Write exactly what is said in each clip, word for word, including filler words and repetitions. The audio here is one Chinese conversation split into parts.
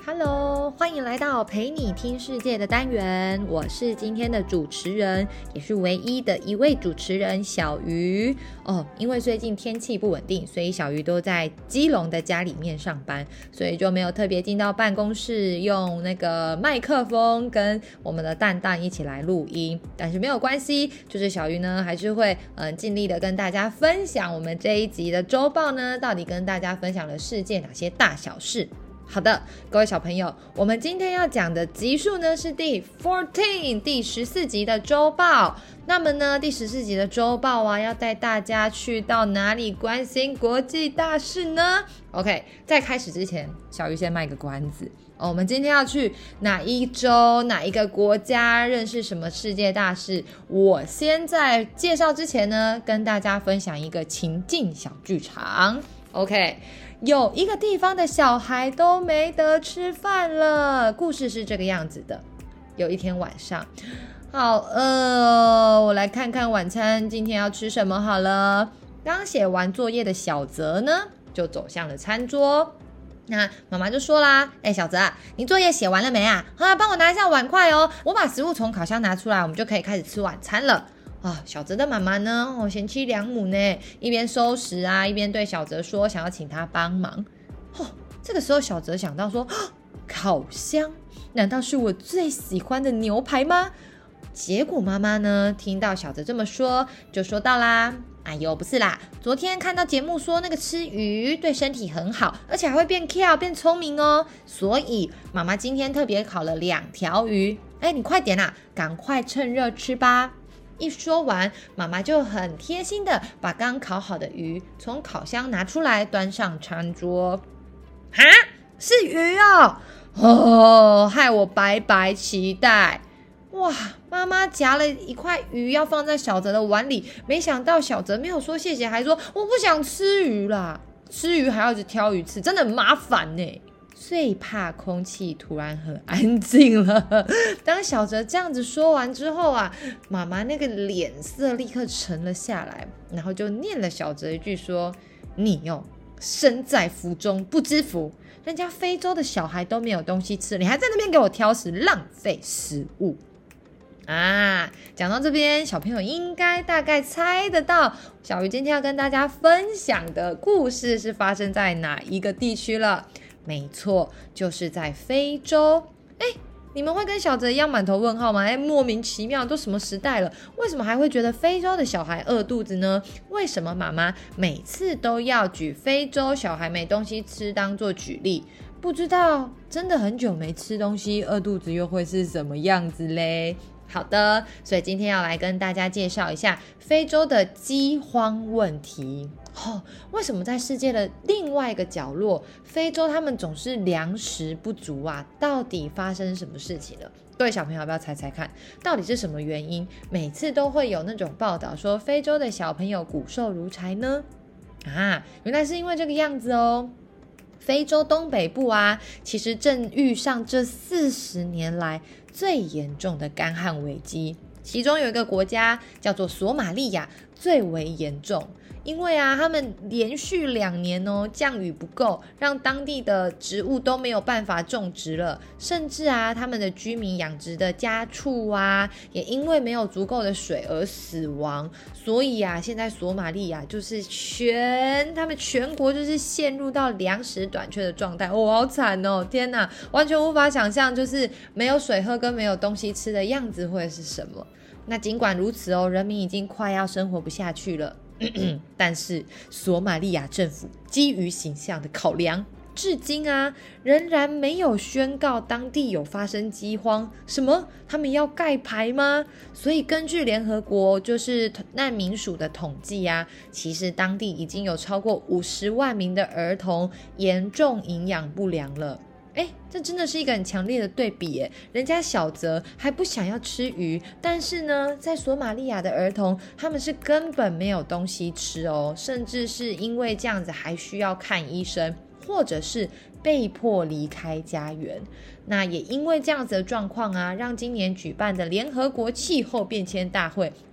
Hello， 欢迎来到陪你听世界的单元，我是今天的主持人，也是唯一的一位主持人小鱼哦。因为最近天气不稳定，所以小鱼都在基隆的家里面上班，所以就没有特别进到办公室用那个麦克风跟我们的蛋蛋一起来录音。但是没有关系，就是小鱼呢还是会嗯尽力的跟大家分享我们这一集的周报呢，到底跟大家分享了世界哪些大小事。好的，各位小朋友，我们今天要讲的集数呢是第十四，第十四集的周报。那么呢，第十四集的周报啊，要带大家去到哪里关心国际大事呢 ？OK， 在开始之前，小鱼先卖个关子。哦，我们今天要去哪一州、哪一个国家，认识什么世界大事？我先在介绍之前呢，跟大家分享一个情境小剧场。OK。有一个地方的小孩都没得吃饭了。故事是这个样子的：有一天晚上，好饿，我来看看晚餐今天要吃什么好了。刚写完作业的小泽呢，就走向了餐桌。那妈妈就说啦：哎、欸，小泽啊，你作业写完了没啊？啊，帮我拿一下碗筷哦，我把食物从烤箱拿出来，我们就可以开始吃晚餐了。啊，小泽的妈妈呢，哦，贤妻良母呢，一边收拾啊，一边对小泽说，想要请他帮忙。哦，这个时候小泽想到说，烤箱，难道是我最喜欢的牛排吗？结果妈妈呢，听到小泽这么说，就说到啦，哎呦，不是啦，昨天看到节目说那个吃鱼对身体很好，而且还会变巧变聪明哦，所以妈妈今天特别烤了两条鱼。哎，你快点啦，赶快趁热吃吧。一说完，妈妈就很贴心的把刚烤好的鱼从烤箱拿出来，端上餐桌。哈，是鱼哦！哦，害我白白期待。哇，妈妈夹了一块鱼要放在小泽的碗里，没想到小泽没有说谢谢，还说我不想吃鱼啦。吃鱼还要一直挑鱼吃，真的很麻烦呢。最怕空气突然很安静了。当小泽这样子说完之后啊，妈妈那个脸色立刻沉了下来，然后就念了小泽一句说：你哦，身在福中不知福，人家非洲的小孩都没有东西吃，你还在那边给我挑食，浪费食物啊！讲到这边，小朋友应该大概猜得到小鱼今天要跟大家分享的故事是发生在哪一个地区了。没错，就是在非洲。哎，你们会跟小泽一样满头问号吗？哎，莫名其妙，都什么时代了，为什么还会觉得非洲的小孩饿肚子呢？为什么妈妈每次都要举非洲小孩没东西吃当做举例？不知道，真的很久没吃东西，饿肚子又会是什么样子嘞？好的，所以今天要来跟大家介绍一下非洲的饥荒问题。哦，为什么在世界的另外一个角落，非洲他们总是粮食不足啊？到底发生什么事情了？各位小朋友要不要猜猜看，到底是什么原因？每次都会有那种报道说非洲的小朋友骨瘦如柴呢？啊，原来是因为这个样子哦。非洲东北部啊，其实正遇上这四十年来最严重的干旱危机，其中有一个国家叫做索马利亚最为严重。因为啊，他们连续两年哦降雨不够，让当地的植物都没有办法种植了，甚至啊，他们的居民养殖的家畜啊，也因为没有足够的水而死亡。所以啊，现在索马利亚就是全他们全国就是陷入到粮食短缺的状态。哦，好惨哦！天哪，完全无法想象，就是没有水喝跟没有东西吃的样子会是什么。那尽管如此哦，人民已经快要生活不下去了。但是索马利亚政府基于形象的考量，至今啊仍然没有宣告当地有发生饥荒。什么？他们要盖牌吗？所以根据联合国就是难民署的统计啊，其实当地已经有超过五十万名的儿童严重营养不良了。哎，这真的是一个很强烈的对比耶！人家小泽还不想要吃鱼，但是呢，在索马利亚的儿童，他们是根本没有东西吃哦，甚至是因为这样子还需要看医生，或者是被迫离开家园。那也因为这样子的状况啊，让今年举办的联合国气候变迁大会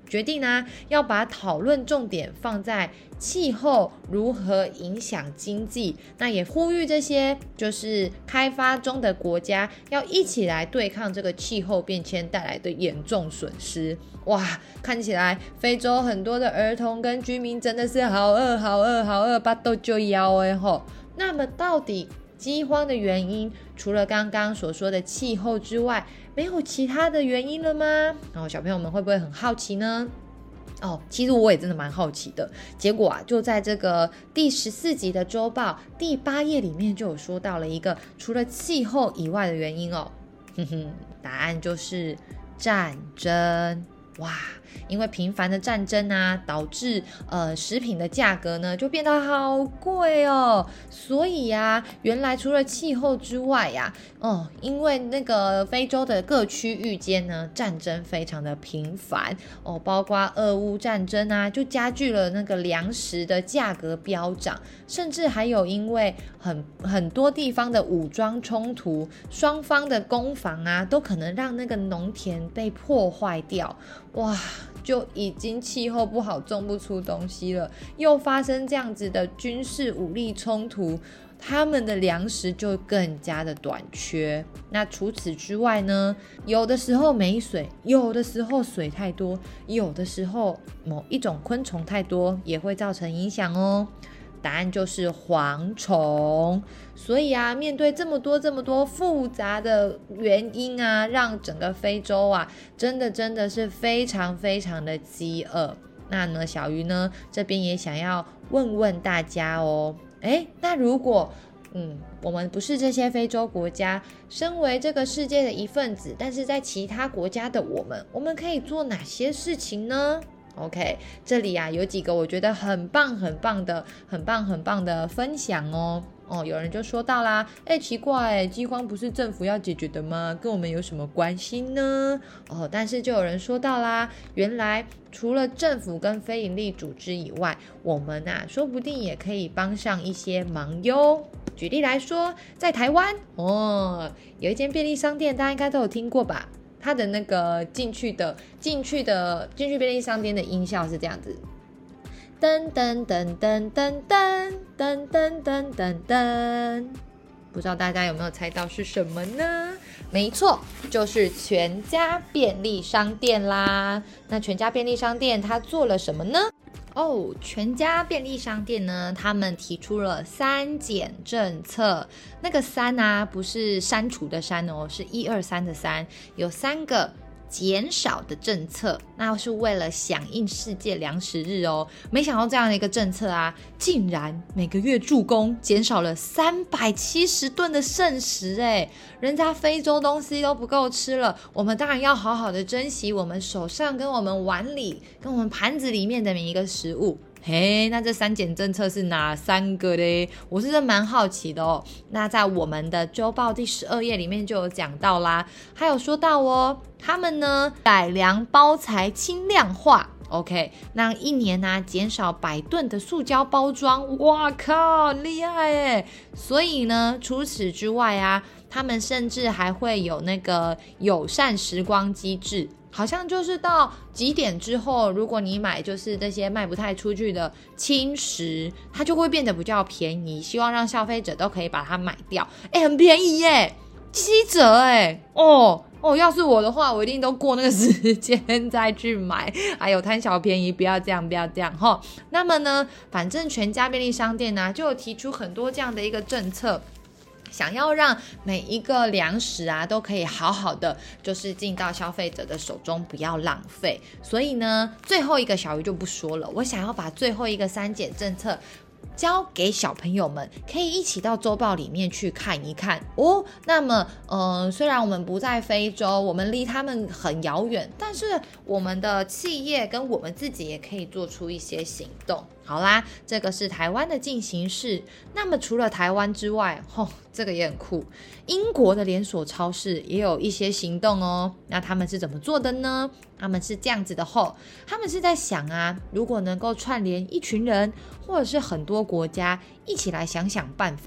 决定啊，要把讨论重点放在气候如何影响经济，那也呼吁这些就是开发中的国家要一起来对抗这个气候变迁带来的严重损失。哇，看起来非洲很多的儿童跟居民真的是好饿好饿好饿，巴肚就要哎吼。那么到底饥荒的原因除了刚刚所说的气候之外，没有其他的原因了吗？哦，小朋友们会不会很好奇呢？哦，其实我也真的蛮好奇的。结果啊，就在这个第十四集的周报第八页里面就有说到了一个除了气候以外的原因哦。哼哼，答案就是战争。哇，因为频繁的战争啊，导致呃食品的价格呢就变得好贵哦。所以啊，原来除了气候之外呀、啊，哦，因为那个非洲的各区域间呢战争非常的频繁哦，包括俄乌战争啊，就加剧了那个粮食的价格飙涨，甚至还有因为很很多地方的武装冲突，双方的攻防啊，都可能让那个农田被破坏掉。哇，就已经气候不好，种不出东西了，又发生这样子的军事武力冲突，他们的粮食就更加的短缺。那除此之外呢，有的时候没水，有的时候水太多，有的时候某一种昆虫太多，也会造成影响哦。答案就是蝗虫。所以啊，面对这么多这么多复杂的原因啊，让整个非洲啊，真的真的是非常非常的饥饿。那呢，小鱼呢这边也想要问问大家哦，诶，那如果嗯，我们不是这些非洲国家，身为这个世界的一份子，但是在其他国家的我们，我们可以做哪些事情呢？OK， 这里啊有几个我觉得很棒很棒的很棒很棒的分享哦。哦，有人就说到啦，哎，奇怪，饥荒不是政府要解决的吗？跟我们有什么关系呢？哦，但是就有人说到啦，原来除了政府跟非营利组织以外，我们啊说不定也可以帮上一些忙哟。举例来说，在台湾哦，有一间便利商店，大家应该都有听过吧？它的那个进去的进去的进去便利商店的音效是这样子，噔噔噔噔噔噔噔噔噔噔噔，不知道大家有没有猜到是什么呢？没错，就是全家便利商店啦。那全家便利商店它做了什么呢？哦，全家便利商店呢，他们提出了三减政策。那个三啊，不是删除的删哦，是一二三的三，有三个减少的政策，那是为了响应世界粮食日哦。没想到这样的一个政策啊，竟然每个月助攻减少了三百七十吨的剩食哎！人家非洲东西都不够吃了，我们当然要好好的珍惜我们手上跟我们碗里跟我们盘子里面的每一个食物。嘿，那这三减政策是哪三个嘞？我是真的蛮好奇的哦。那在我们的周报第十二页里面就有讲到啦，还有说到哦，他们呢改良包材轻量化。OK， 那一年啊减少百吨的塑胶包装，哇靠，厉害耶！所以呢，除此之外啊，他们甚至还会有那个友善时光机制。好像就是到几点之后，如果你买就是这些卖不太出去的轻食，它就会变得比较便宜，希望让消费者都可以把它买掉。哎，很便宜耶，七折哎！哦哦，要是我的话，我一定都过那个时间再去买。哎呦，贪小便宜，不要这样，不要这样齁。那么呢，反正全家便利商店呢、啊，就有提出很多这样的一个政策。想要让每一个粮食啊都可以好好的就是进到消费者的手中，不要浪费。所以呢，最后一个小鱼就不说了，我想要把最后一个三减政策交给小朋友们，可以一起到周报里面去看一看哦。那么呃，虽然我们不在非洲，我们离他们很遥远，但是我们的企业跟我们自己也可以做出一些行动。好啦，这个是台湾的进行式。那么除了台湾之外，吼、哦，这个也很酷，英国的连锁超市也有一些行动哦。那他们是怎么做的呢？他们是这样子的吼，他们是在想啊，如果能够串联一群人或者是很多国家一起来想想办法，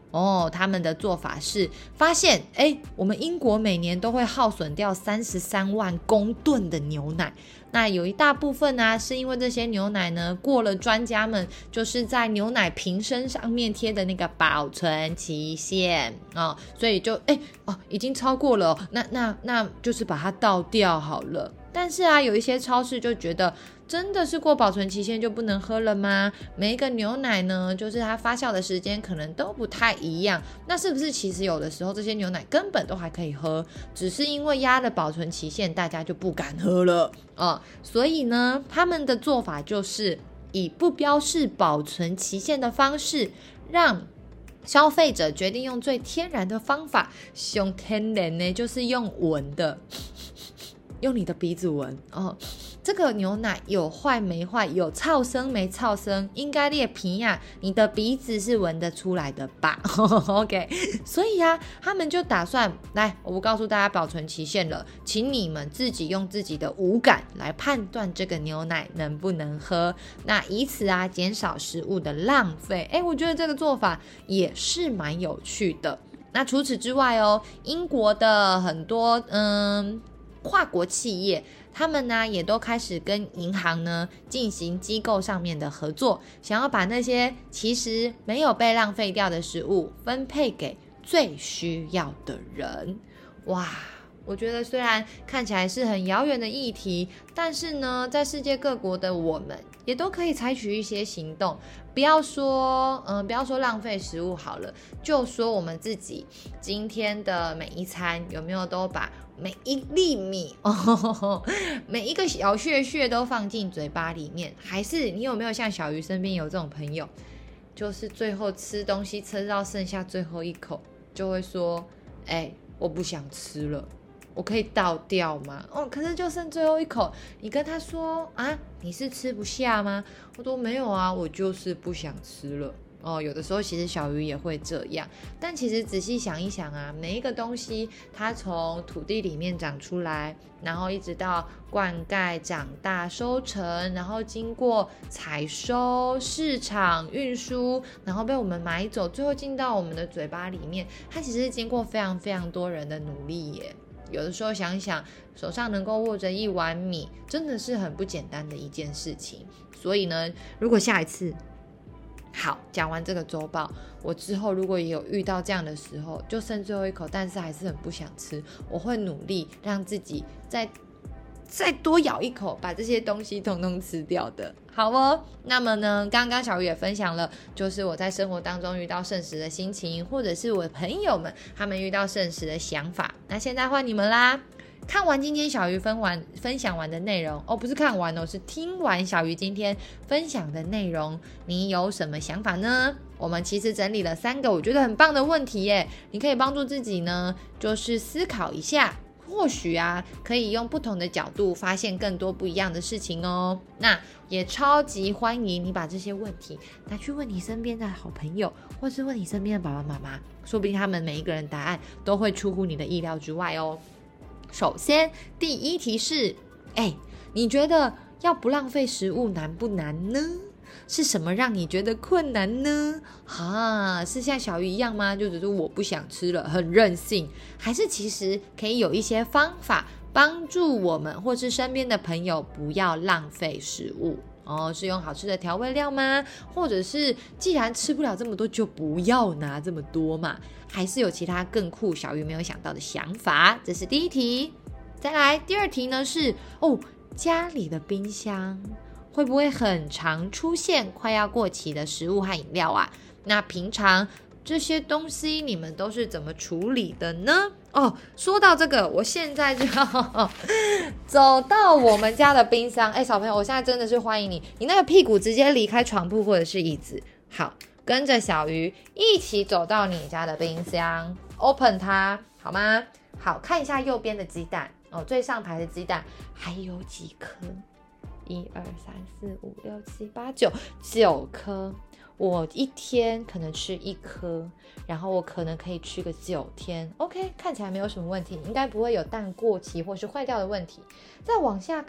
哦，他们的做法是发现，哎，我们英国每年都会耗损掉三十三万公吨的牛奶。那有一大部分啊，是因为这些牛奶呢，过了专家们就是在牛奶瓶身上面贴的那个保存期限哦，所以就哎哦，已经超过了、哦，那那那就是把它倒掉好了。但是啊，有一些超市就觉得，真的是过保存期限就不能喝了吗？每一个牛奶呢，就是它发酵的时间可能都不太一样，那是不是其实有的时候这些牛奶根本都还可以喝，只是因为压了保存期限，大家就不敢喝了啊、哦？所以呢，他们的做法就是以不标示保存期限的方式，让消费者决定用最天然的方法，用天然呢，就是用闻的。用你的鼻子闻哦，这个牛奶有坏没坏，有臭生没臭生，应该你的鼻啊，你的鼻子是闻得出来的吧？OK， 所以啊，他们就打算来，我不告诉大家保存期限了，请你们自己用自己的五感来判断这个牛奶能不能喝，那以此啊减少食物的浪费。哎，我觉得这个做法也是蛮有趣的。那除此之外哦，英国的很多嗯。跨国企业他们呢也都开始跟银行呢进行机构上面的合作，想要把那些其实没有被浪费掉的食物分配给最需要的人。哇，我觉得虽然看起来是很遥远的议题，但是呢在世界各国的我们也都可以采取一些行动，不要说嗯、呃，不要说浪费食物好了，就说我们自己今天的每一餐有没有都把每一粒米、哦、每一个小屑屑都放进嘴巴里面，还是你有没有像小鱼身边有这种朋友，就是最后吃东西吃到剩下最后一口就会说哎、欸，我不想吃了，我可以倒掉吗？哦，可是就剩最后一口，你跟他说啊，你是吃不下吗？我说没有啊，我就是不想吃了。哦，有的时候其实小鱼也会这样，但其实仔细想一想啊，每一个东西它从土地里面长出来，然后一直到灌溉、长大、收成，然后经过采收、市场、运输，然后被我们买走，最后进到我们的嘴巴里面，它其实是经过非常非常多人的努力耶。有的时候想想，手上能够握着一碗米，真的是很不简单的一件事情。所以呢，如果下一次好，讲完这个周报，我之后如果也有遇到这样的时候，就剩最后一口，但是还是很不想吃，我会努力让自己再再多咬一口，把这些东西统统吃掉的。好哦，那么呢，刚刚小鱼也分享了，就是我在生活当中遇到剩食的心情，或者是我的朋友们他们遇到剩食的想法。那现在换你们啦。看完今天小鱼分完分享完的内容哦，不是看完哦，是听完小鱼今天分享的内容，你有什么想法呢？我们其实整理了三个我觉得很棒的问题耶，你可以帮助自己呢，就是思考一下，或许啊，可以用不同的角度发现更多不一样的事情哦。那也超级欢迎你把这些问题拿去问你身边的好朋友，或是问你身边的爸爸妈妈，说不定他们每一个人答案都会出乎你的意料之外哦。首先第一题是，哎，你觉得要不浪费食物难不难呢？是什么让你觉得困难呢？哈，是像小鱼一样吗？就只是我不想吃了，很任性，还是其实可以有一些方法帮助我们或是身边的朋友不要浪费食物哦？是用好吃的调味料吗？或者是既然吃不了这么多，就不要拿这么多嘛？还是有其他更酷小鱼没有想到的想法？这是第一题。再来第二题呢是哦，家里的冰箱会不会很常出现快要过期的食物和饮料啊？那平常这些东西你们都是怎么处理的呢？哦，说到这个，我现在就要走到我们家的冰箱。哎，小朋友，我现在真的是欢迎你，你那个屁股直接离开床铺或者是椅子，好，跟着小鱼一起走到你家的冰箱 ，open 它，好吗？好，看一下右边的鸡蛋哦，最上排的鸡蛋还有几颗？一二三四五六七八九九颗，我一天可能吃一颗，然后我可能可以吃个九天 OK， 看起来没有什么问题，应该不会有蛋过期或是坏掉的问题。再往下看，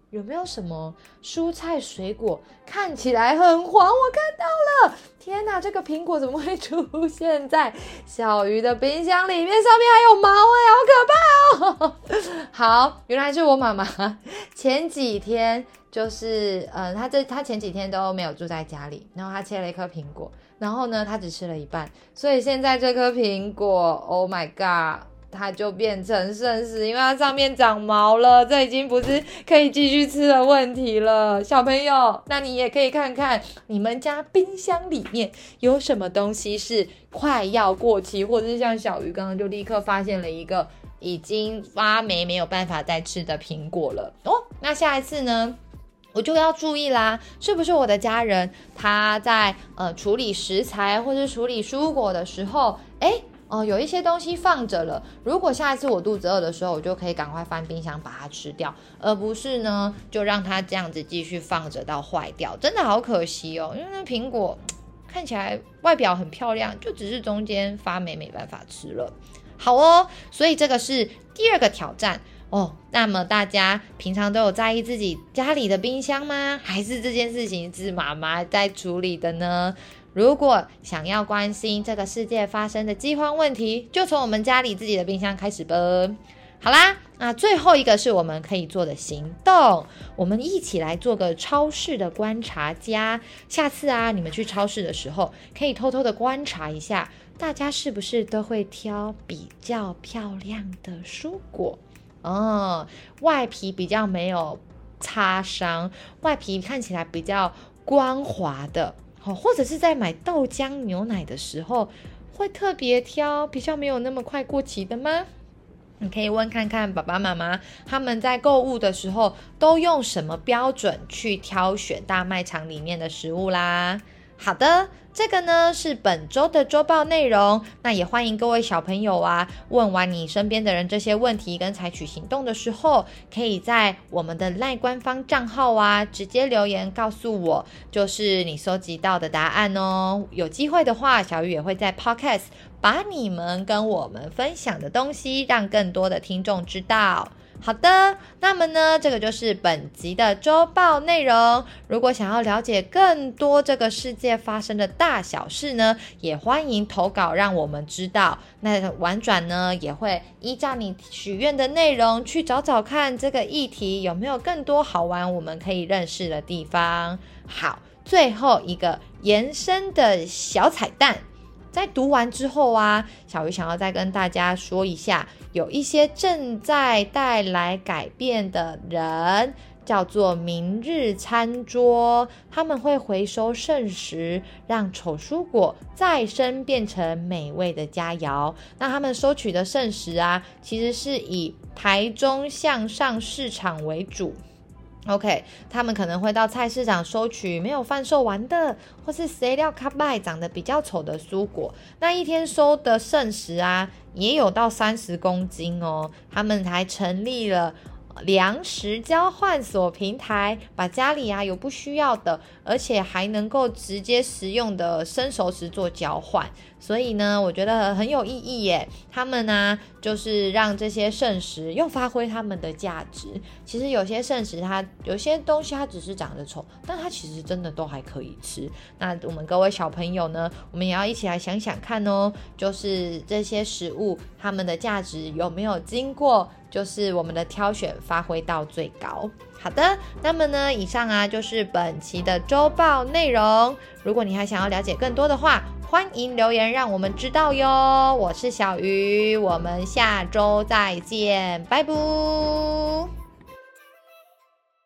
有没有什么蔬菜水果看起来很黄？我看到了，天哪，这个苹果怎么会出现在小鱼的冰箱里面？上面还有毛哎，好可怕哦！好，原来是我妈妈前几天就是呃，她这她前几天都没有住在家里，然后她切了一颗苹果，然后呢，她只吃了一半，所以现在这颗苹果 ，Oh my god！它就变成剩食，因为它上面长毛了，这已经不是可以继续吃的问题了。小朋友，那你也可以看看你们家冰箱里面有什么东西是快要过期，或者是像小鱼刚刚就立刻发现了一个已经发霉没有办法再吃的苹果了哦。那下一次呢，我就要注意啦，是不是我的家人他在呃处理食材或是处理蔬果的时候，诶哦，有一些东西放着了，如果下一次我肚子饿的时候，我就可以赶快翻冰箱把它吃掉，而不是呢就让它这样子继续放着到坏掉，真的好可惜哦。因为那苹果看起来外表很漂亮，就只是中间发霉没办法吃了。好哦，所以这个是第二个挑战哦。那么大家平常都有在意自己家里的冰箱吗？还是这件事情是妈妈在处理的呢？如果想要关心这个世界发生的饥荒问题，就从我们家里自己的冰箱开始吧。好啦，那最后一个是我们可以做的行动，我们一起来做个超市的观察家。下次啊，你们去超市的时候，可以偷偷的观察一下，大家是不是都会挑比较漂亮的蔬果哦，外皮比较没有擦伤，外皮看起来比较光滑的。或者是在买豆浆牛奶的时候会特别挑比较没有那么快过期的吗？你可以问看看爸爸妈妈他们在购物的时候都用什么标准去挑选大卖场里面的食物啦。好的，这个呢是本周的周报内容，那也欢迎各位小朋友啊，问完你身边的人这些问题跟采取行动的时候，可以在我们的 LINE 官方账号啊直接留言告诉我，就是你收集到的答案哦。有机会的话，小鱼也会在 Podcast 把你们跟我们分享的东西让更多的听众知道。好的，那么呢，这个就是本集的周报内容。如果想要了解更多这个世界发生的大小事呢，也欢迎投稿让我们知道。那婉转呢，也会依照你许愿的内容去找找看这个议题有没有更多好玩我们可以认识的地方。好，最后一个延伸的小彩蛋。在读完之后啊，小鱼想要再跟大家说一下，有一些正在带来改变的人，叫做明日餐桌，他们会回收剩食，让丑蔬果再生变成美味的佳肴。那他们收取的剩食啊，其实是以台中向上市场为主。OK， 他们可能会到菜市场收取没有贩售完的，或是饲料较歹长得比较丑的蔬果。那一天收的剩食啊，也有到三十公斤哦。他们还成立了粮食交换所平台，把家里啊有不需要的，而且还能够直接食用的生熟食做交换。所以呢，我觉得很有意义耶。他们呢，就是让这些剩食又发挥他们的价值。其实有些剩食它有些东西它只是长得丑，但它其实真的都还可以吃。那我们各位小朋友呢，我们也要一起来想想看哦，就是这些食物它们的价值有没有经过就是我们的挑选发挥到最高。好的，那么呢，以上啊就是本期的周报内容。如果你还想要了解更多的话，欢迎留言让我们知道哟。我是小鱼，我们下周再见，拜拜。